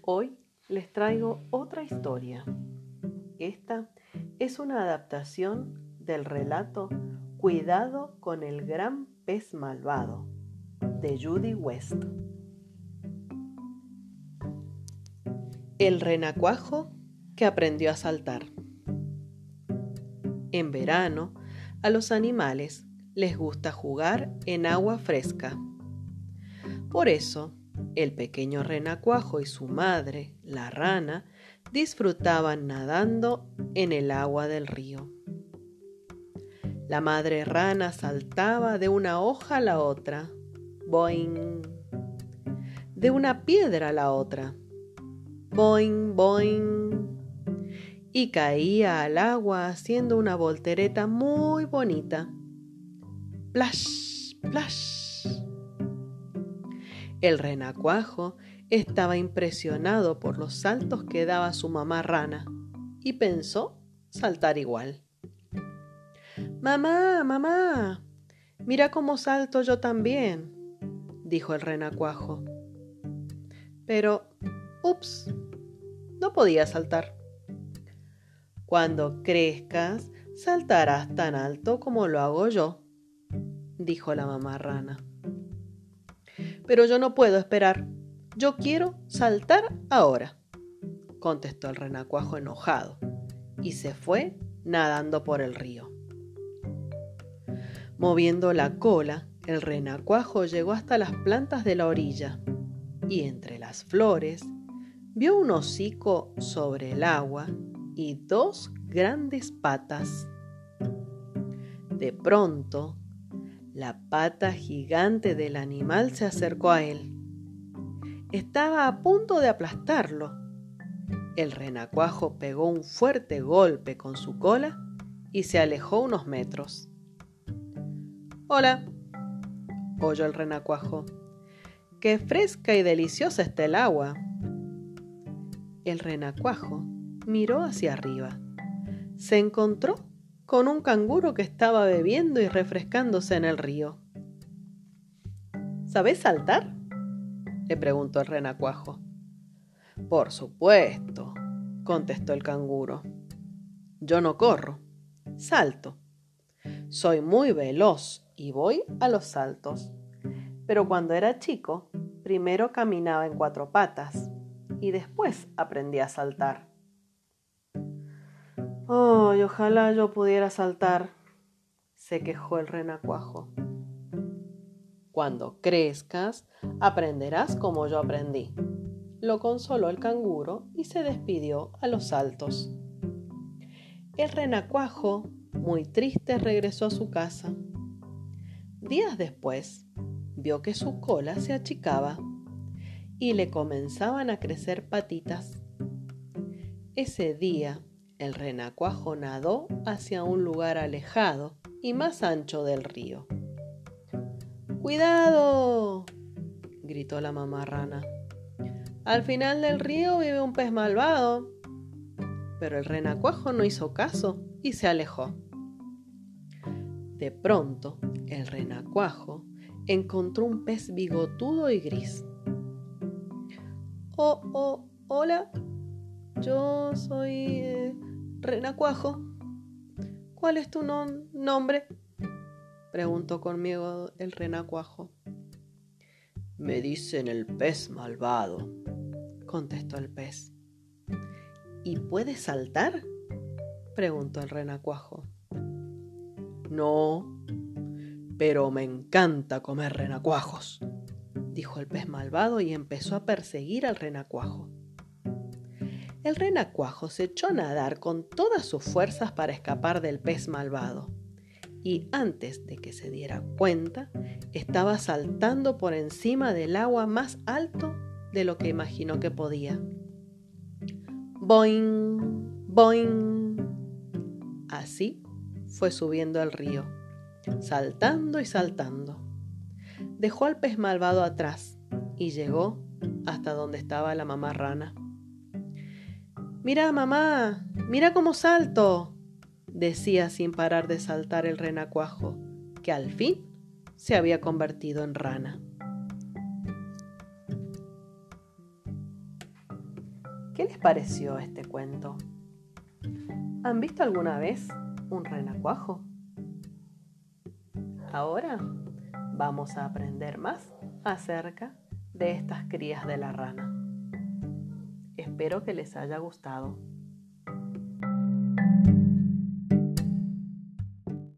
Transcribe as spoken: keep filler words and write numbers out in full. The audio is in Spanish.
Hoy les traigo otra historia. Esta es una adaptación del relato Cuidado con el gran pez malvado, de Judy West. El renacuajo que aprendió a saltar. En verano, a los animales les gusta jugar en agua fresca. Por eso, el pequeño renacuajo y su madre, la rana, disfrutaban nadando en el agua del río. La madre rana saltaba de una hoja a la otra, boing, de una piedra a la otra, boing, boing, y caía al agua haciendo una voltereta muy bonita. Plash, plash. El renacuajo estaba impresionado por los saltos que daba su mamá rana y pensó saltar igual. «Mamá, mamá, mira cómo salto yo también», dijo el renacuajo. Pero, ups, no podía saltar. «Cuando crezcas, saltarás tan alto como lo hago yo», dijo la mamá rana. «Pero yo no puedo esperar. Yo quiero saltar ahora», contestó el renacuajo enojado, y se fue nadando por el río. Moviendo la cola, el renacuajo llegó hasta las plantas de la orilla, y entre las flores vio un hocico sobre el agua y dos grandes patas. De pronto, la pata gigante del animal se acercó a él. Estaba a punto de aplastarlo. El renacuajo pegó un fuerte golpe con su cola y se alejó unos metros. «Hola», oyó el renacuajo. «Qué fresca y deliciosa está el agua». El renacuajo miró hacia arriba. Se encontró con un canguro que estaba bebiendo y refrescándose en el río. «¿Sabés saltar?», le preguntó el renacuajo. «Por supuesto», contestó el canguro. «Yo no corro, salto. Soy muy veloz y voy a los saltos. Pero cuando era chico, primero caminaba en cuatro patas y después aprendí a saltar». «Oh, y ojalá yo pudiera saltar», se quejó el renacuajo. «Cuando crezcas, aprenderás como yo aprendí», lo consoló el canguro y se despidió a los saltos. El renacuajo, muy triste, regresó a su casa. Días después, vio que su cola se achicaba y le comenzaban a crecer patitas. Ese día, el renacuajo nadó hacia un lugar alejado y más ancho del río. «¡Cuidado!», gritó la mamá rana. «Al final del río vive un pez malvado». Pero el renacuajo no hizo caso y se alejó. De pronto, el renacuajo encontró un pez bigotudo y gris. «Oh, oh, hola, yo soy eh, renacuajo. ¿Cuál es tu no- nombre?», preguntó conmigo el renacuajo. «Me dicen el pez malvado», contestó el pez. «¿Y puedes saltar?», preguntó el renacuajo. «No, pero me encanta comer renacuajos», dijo el pez malvado y empezó a perseguir al renacuajo. El renacuajo se echó a nadar con todas sus fuerzas para escapar del pez malvado, y antes de que se diera cuenta, estaba saltando por encima del agua más alto de lo que imaginó que podía. Boing, boing. Así fue subiendo el río, saltando y saltando. Dejó al pez malvado atrás y llegó hasta donde estaba la mamá rana. «Mira, mamá, mira cómo salto», decía sin parar de saltar el renacuajo, que al fin se había convertido en rana. ¿Qué les pareció este cuento? ¿Han visto alguna vez un renacuajo? Ahora vamos a aprender más acerca de estas crías de la rana. Espero que les haya gustado.